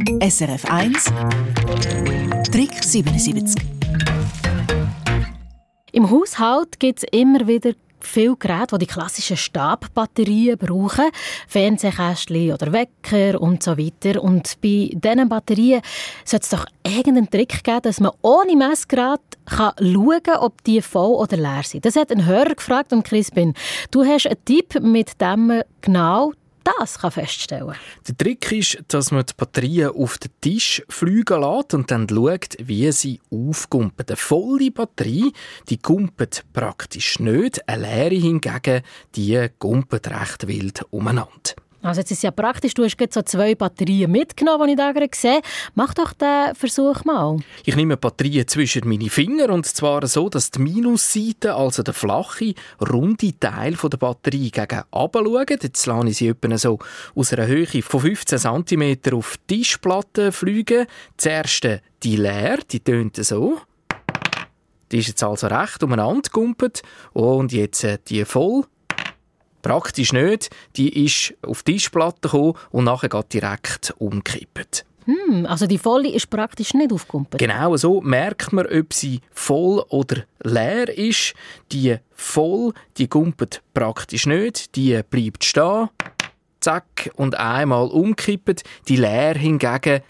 SRF 1 Trick 77. Im Haushalt gibt es immer wieder viele Geräte, die die klassischen Stabbatterien brauchen. Fernsehkästchen oder Wecker und so weiter. Und bei diesen Batterien sollte es doch irgendeinen Trick geben, dass man ohne Messgerät schauen kann, ob die voll oder leer sind. Das hat ein Hörer gefragt und Crispin, du hast einen Tipp, mit dem man genau das feststellen kann. Der Trick ist, dass man die Batterien auf den Tisch fliegen lässt und dann schaut, wie sie aufkumpen. Eine volle Batterie, die kumpelt praktisch nicht. Eine leere hingegen, die kumpelt recht wild umeinander. Also jetzt ist es ja praktisch, du hast gerade so 2 Batterien mitgenommen, die ich da gerade sehe. Mach doch den Versuch mal. Ich nehme die Batterien zwischen meine Finger und zwar so, dass die Minusseite, also der flache, runde Teil der Batterie gegen runter schaut. Jetzt lasse ich sie etwa so aus einer Höhe von 15 cm auf die Tischplatte fliegen. Zuerst die leer, die tönt so. Die ist jetzt also recht umeinander gekumpelt. Und jetzt die voll. Praktisch nicht. Die ist auf die Tischplatte gekommen und nachher geht direkt umgekippt. Also die volle ist praktisch nicht aufgekumpelt. Genau so merkt man, ob sie voll oder leer ist. Die voll, die kumpelt praktisch nicht. Die bleibt stehen. Zack, und einmal umkippt. Die leer hingegen,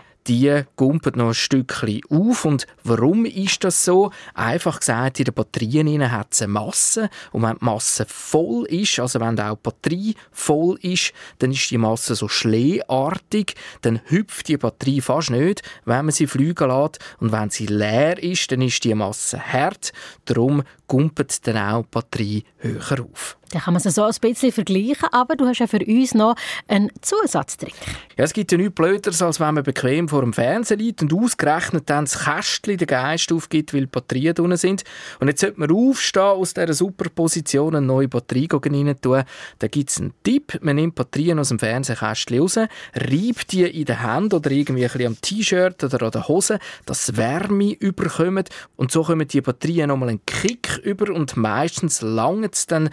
die kumpelt noch ein Stückchen auf. Und warum ist das so? Einfach gesagt, in den Batterien hat es eine Masse. Und wenn die Masse voll ist, also wenn auch die Batterie voll ist, dann ist die Masse so schleeartig. Dann hüpft die Batterie fast nicht, wenn man sie fliegen lässt. Und wenn sie leer ist, dann ist die Masse hart. Darum kumpelt dann auch die Batterie höher auf. Dann kann man es so ein bisschen vergleichen, aber du hast ja für uns noch einen Zusatztrick. Ja, es gibt ja nichts Blöderes, als wenn man bequem vor dem Fernseher liegt und ausgerechnet dann das Kästchen den Geist aufgibt, weil die Batterien drin sind. Und jetzt sollte man aufstehen, aus dieser Superposition eine neue Batterie rein tun. Da gibt es einen Tipp. Man nimmt Batterien aus dem Fernsehkästchen raus, reibt die in den Händen oder irgendwie ein bisschen am T-Shirt oder an der Hose, dass Wärme überkommt. Und so kommen die Batterien nochmal einen Kick über und meistens langt es dann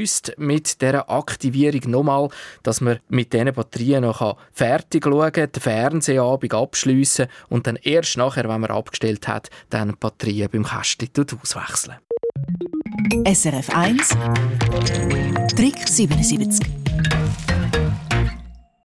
mit dieser Aktivierung nochmal, dass man mit diesen Batterien noch fertig schauen kann, den Fernsehabend abschliessen und dann erst nachher, wenn man abgestellt hat, dann die Batterien beim Kästchen auswechseln. SRF 1 Trick 77.